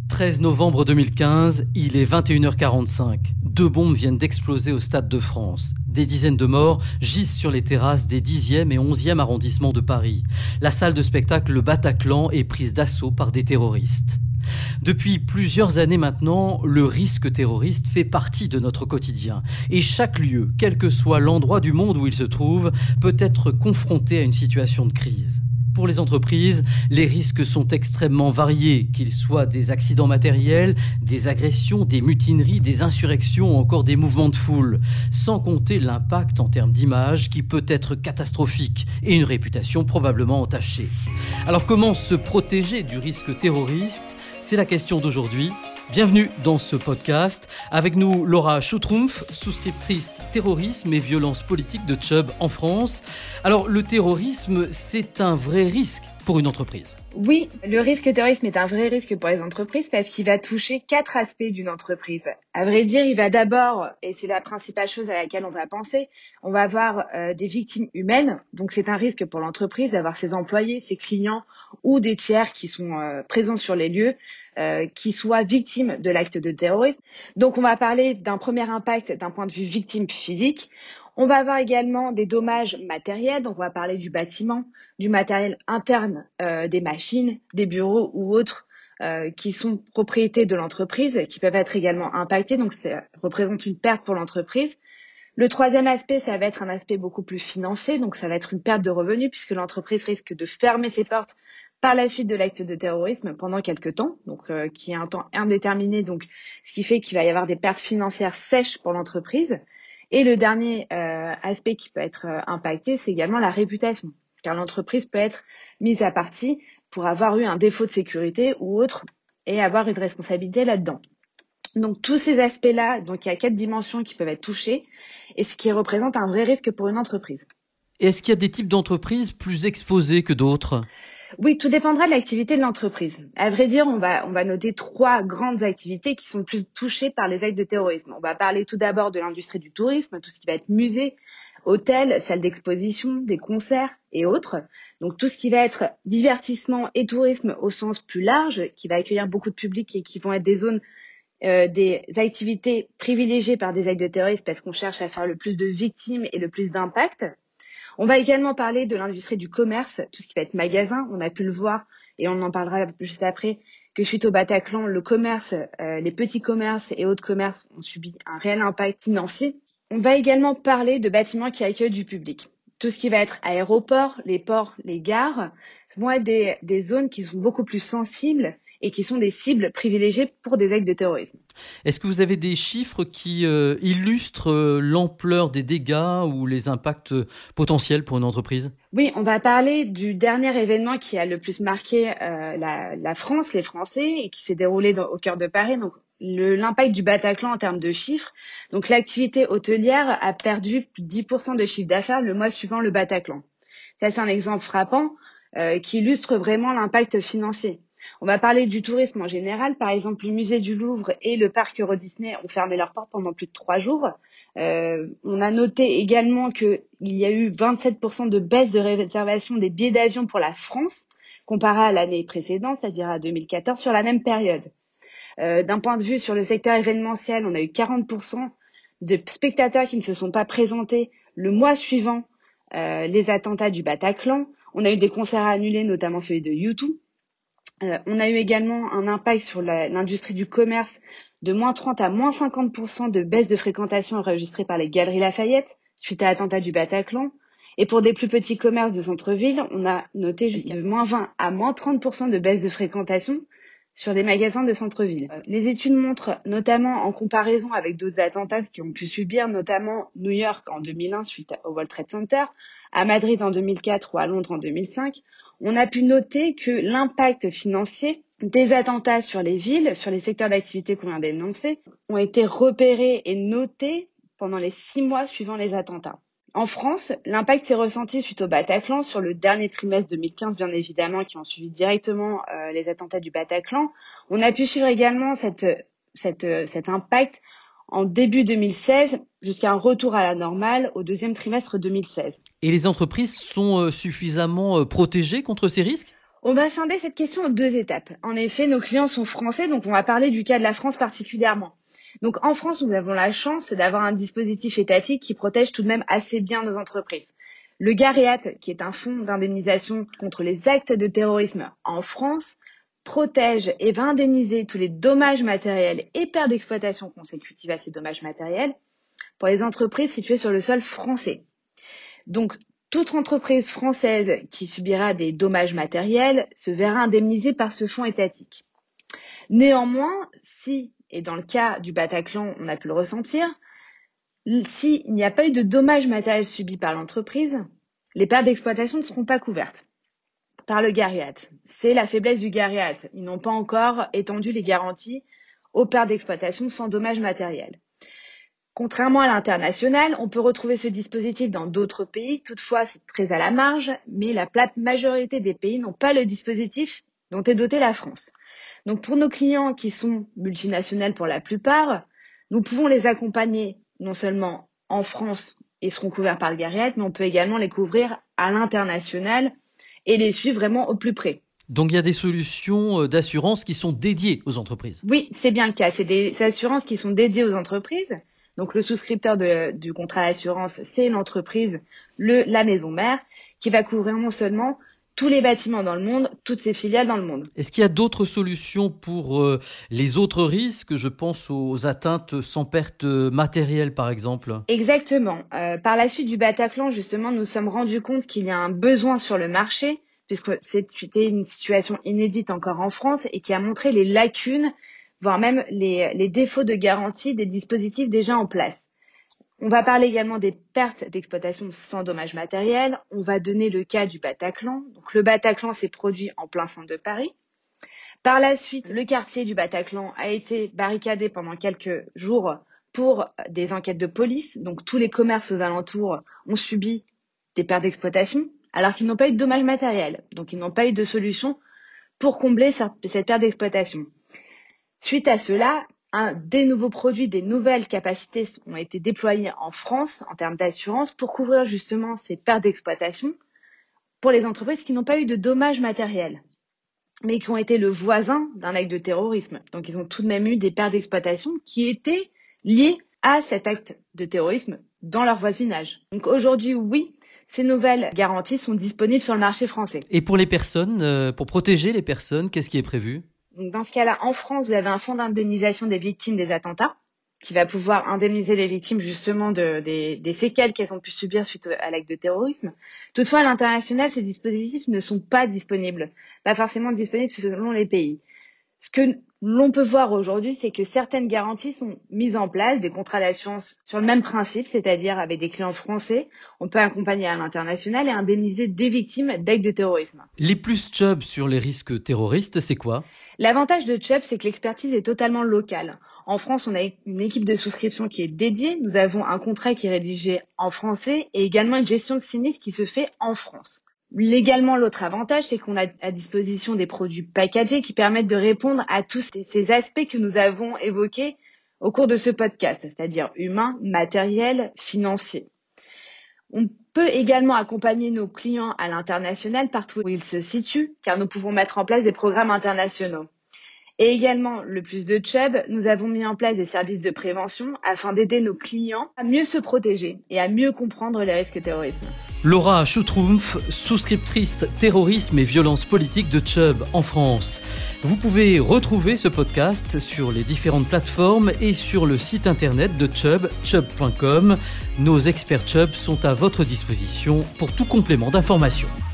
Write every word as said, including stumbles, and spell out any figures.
treize novembre deux mille quinze, il est vingt et une heures quarante-cinq. Deux bombes viennent d'exploser au Stade de France. Des dizaines de morts gisent sur les terrasses des dixième et onzième arrondissements de Paris. La salle de spectacle Le Bataclan est prise d'assaut par des terroristes. Depuis plusieurs années maintenant, le risque terroriste fait partie de notre quotidien. Et chaque lieu, quel que soit l'endroit du monde où il se trouve, peut être confronté à une situation de crise. Pour les entreprises, les risques sont extrêmement variés, qu'ils soient des accidents matériels, des agressions, des mutineries, des insurrections ou encore des mouvements de foule, sans compter l'impact en termes d'image qui peut être catastrophique et une réputation probablement entachée. Alors comment se protéger du risque terroriste ? C'est la question d'aujourd'hui. Bienvenue dans ce podcast. Avec nous, Laura Choutroumpf, souscriptrice terrorisme et violence politique de Chubb en France. Alors, le terrorisme, c'est un vrai risque pour une entreprise. Oui, le risque terrorisme est un vrai risque pour les entreprises parce qu'il va toucher quatre aspects d'une entreprise. À vrai dire, il va d'abord, et c'est la principale chose à laquelle on va penser, on va avoir euh, des victimes humaines. Donc, c'est un risque pour l'entreprise d'avoir ses employés, ses clients ou des tiers qui sont euh, présents sur les lieux, euh, qui soient victimes de l'acte de terrorisme. Donc, on va parler d'un premier impact d'un point de vue victime physique. On va avoir également des dommages matériels, donc on va parler du bâtiment, du matériel interne euh, des machines, des bureaux ou autres euh, qui sont propriétés de l'entreprise, qui peuvent être également impactés, donc ça représente une perte pour l'entreprise. Le troisième aspect, ça va être un aspect beaucoup plus financier, donc ça va être une perte de revenus puisque l'entreprise risque de fermer ses portes par la suite de l'acte de terrorisme pendant quelques temps, donc euh, qui est un temps indéterminé, donc ce qui fait qu'il va y avoir des pertes financières sèches pour l'entreprise. Et le dernier euh, aspect qui peut être euh, impacté, c'est également la réputation, car l'entreprise peut être mise à partie pour avoir eu un défaut de sécurité ou autre et avoir une responsabilité là-dedans. Donc tous ces aspects-là, donc il y a quatre dimensions qui peuvent être touchées et ce qui représente un vrai risque pour une entreprise. Est-ce qu'il y a des types d'entreprises plus exposées que d'autres ? Oui, tout dépendra de l'activité de l'entreprise. À vrai dire, on va, on va noter trois grandes activités qui sont le plus touchées par les actes de terrorisme. On va parler tout d'abord de l'industrie du tourisme, tout ce qui va être musée, hôtel, salle d'exposition, des concerts et autres. Donc tout ce qui va être divertissement et tourisme au sens plus large, qui va accueillir beaucoup de public et qui vont être des zones, euh, des activités privilégiées par des actes de terrorisme parce qu'on cherche à faire le plus de victimes et le plus d'impact. On va également parler de l'industrie du commerce, tout ce qui va être magasin. On a pu le voir et on en parlera juste après que suite au Bataclan, le commerce, euh, les petits commerces et autres commerces ont subi un réel impact financier. On va également parler de bâtiments qui accueillent du public. Tout ce qui va être aéroports, les ports, les gares vont être des, des zones qui sont beaucoup plus sensibles et qui sont des cibles privilégiées pour des actes de terrorisme. Est-ce que vous avez des chiffres qui euh, illustrent euh, l'ampleur des dégâts ou les impacts euh, potentiels pour une entreprise ? Oui, on va parler du dernier événement qui a le plus marqué euh, la, la France, les Français, et qui s'est déroulé dans, au cœur de Paris. Donc, le, l'impact du Bataclan en termes de chiffres. Donc, l'activité hôtelière a perdu plus de dix pour cent de chiffre d'affaires le mois suivant le Bataclan. Ça, c'est un exemple frappant euh, qui illustre vraiment l'impact financier. On va parler du tourisme en général. Par exemple, le musée du Louvre et le parc Euro Disney ont fermé leurs portes pendant plus de trois jours. Euh, on a noté également qu'il y a eu vingt-sept pour cent de baisse de réservation des billets d'avion pour la France comparé à l'année précédente, c'est-à-dire à deux mille quatorze, sur la même période. Euh, d'un point de vue sur le secteur événementiel, on a eu quarante pour cent de spectateurs qui ne se sont pas présentés le mois suivant euh, les attentats du Bataclan. On a eu des concerts annulés, notamment celui de U deux. Euh, on a eu également un impact sur la, l'industrie du commerce de moins trente à moins cinquante pour cent de baisse de fréquentation enregistrée par les Galeries Lafayette suite à l'attentat du Bataclan. Et pour des plus petits commerces de centre-ville, on a noté jusqu'à moins vingt à moins trente pour cent de baisse de fréquentation sur des magasins de centre-ville. Les études montrent, notamment en comparaison avec d'autres attentats qui ont pu subir, notamment New York en deux mille un suite au World Trade Center, à Madrid en deux mille quatre ou à Londres en deux mille cinq, on a pu noter que l'impact financier des attentats sur les villes, sur les secteurs d'activité qu'on vient d'énoncer, ont été repérés et notés pendant les six mois suivant les attentats. En France, l'impact s'est ressenti suite au Bataclan sur le dernier trimestre deux mille quinze, bien évidemment, qui ont suivi directement euh, les attentats du Bataclan. On a pu suivre également cette, cette, cet impact en début deux mille seize jusqu'à un retour à la normale au deuxième trimestre deux mille seize. Et les entreprises sont euh, suffisamment euh, protégées contre ces risques ? On va scinder cette question en deux étapes. En effet, nos clients sont français, donc on va parler du cas de la France particulièrement. Donc en France, nous avons la chance d'avoir un dispositif étatique qui protège tout de même assez bien nos entreprises. Le GAREAT, qui est un fonds d'indemnisation contre les actes de terrorisme en France, protège et va indemniser tous les dommages matériels et pertes d'exploitation consécutives à ces dommages matériels pour les entreprises situées sur le sol français. Donc, toute entreprise française qui subira des dommages matériels se verra indemnisée par ce fonds étatique. Néanmoins, si, et dans le cas du Bataclan, on a pu le ressentir, s'il n'y a pas eu de dommages matériels subis par l'entreprise, les pertes d'exploitation ne seront pas couvertes par le GAREAT. C'est la faiblesse du GAREAT. Ils n'ont pas encore étendu les garanties aux pertes d'exploitation sans dommages matériels. Contrairement à l'international, on peut retrouver ce dispositif dans d'autres pays. Toutefois, c'est très à la marge, mais la plate majorité des pays n'ont pas le dispositif dont est dotée la France. Donc pour nos clients qui sont multinationales pour la plupart, nous pouvons les accompagner non seulement en France et seront couverts par le GAREAT, mais on peut également les couvrir à l'international et les suivre vraiment au plus près. Donc il y a des solutions d'assurance qui sont dédiées aux entreprises. Oui, c'est bien le cas. C'est des assurances qui sont dédiées aux entreprises. Donc le souscripteur de, du contrat d'assurance, c'est l'entreprise, le, la maison mère, qui va couvrir non seulement tous les bâtiments dans le monde, toutes ses filiales dans le monde. Est-ce qu'il y a d'autres solutions pour euh, les autres risques ? Je pense aux atteintes sans perte matérielle, par exemple. Exactement. Euh, par la suite du Bataclan, justement, nous nous sommes rendus compte qu'il y a un besoin sur le marché, puisque c'était une situation inédite encore en France et qui a montré les lacunes, voire même les, les défauts de garantie des dispositifs déjà en place. On va parler également des pertes d'exploitation sans dommages matériels. On va donner le cas du Bataclan. Donc, le Bataclan s'est produit en plein centre de Paris. Par la suite, le quartier du Bataclan a été barricadé pendant quelques jours pour des enquêtes de police. Donc, tous les commerces aux alentours ont subi des pertes d'exploitation alors qu'ils n'ont pas eu de dommages matériels. Donc, ils n'ont pas eu de solution pour combler cette perte d'exploitation. Suite à cela, un, des nouveaux produits, des nouvelles capacités ont été déployés en France en termes d'assurance pour couvrir justement ces pertes d'exploitation pour les entreprises qui n'ont pas eu de dommages matériels, mais qui ont été le voisin d'un acte de terrorisme. Donc, ils ont tout de même eu des pertes d'exploitation qui étaient liées à cet acte de terrorisme dans leur voisinage. Donc, aujourd'hui, oui, ces nouvelles garanties sont disponibles sur le marché français. Et pour les personnes, euh, pour protéger les personnes, qu'est-ce qui est prévu ? Donc, dans ce cas-là, en France, vous avez un fonds d'indemnisation des victimes des attentats qui va pouvoir indemniser les victimes justement de, des, des séquelles qu'elles ont pu subir suite à l'acte de terrorisme. Toutefois, à l'international, ces dispositifs ne sont pas disponibles, pas forcément disponibles selon les pays. Ce que l'on peut voir aujourd'hui, c'est que certaines garanties sont mises en place, des contrats d'assurance sur le même principe, c'est-à-dire avec des clients français. On peut accompagner à l'international et indemniser des victimes d'actes de terrorisme. Les plus Chubb sur les risques terroristes, c'est quoi ? L'avantage de Chubb, c'est que l'expertise est totalement locale. En France, on a une équipe de souscription qui est dédiée. Nous avons un contrat qui est rédigé en français et également une gestion de sinistre qui se fait en France. Légalement, l'autre avantage, c'est qu'on a à disposition des produits packagés qui permettent de répondre à tous ces aspects que nous avons évoqués au cours de ce podcast, c'est-à-dire humain, matériel, financier. On peut également accompagner nos clients à l'international partout où ils se situent, car nous pouvons mettre en place des programmes internationaux. Et également, le plus de Chubb, nous avons mis en place des services de prévention afin d'aider nos clients à mieux se protéger et à mieux comprendre les risques terrorisme. Laura Schutrumf, souscriptrice terrorisme et violence politique de Chubb en France. Vous pouvez retrouver ce podcast sur les différentes plateformes et sur le site internet de Chubb, chubb point com. Nos experts Chubb sont à votre disposition pour tout complément d'information.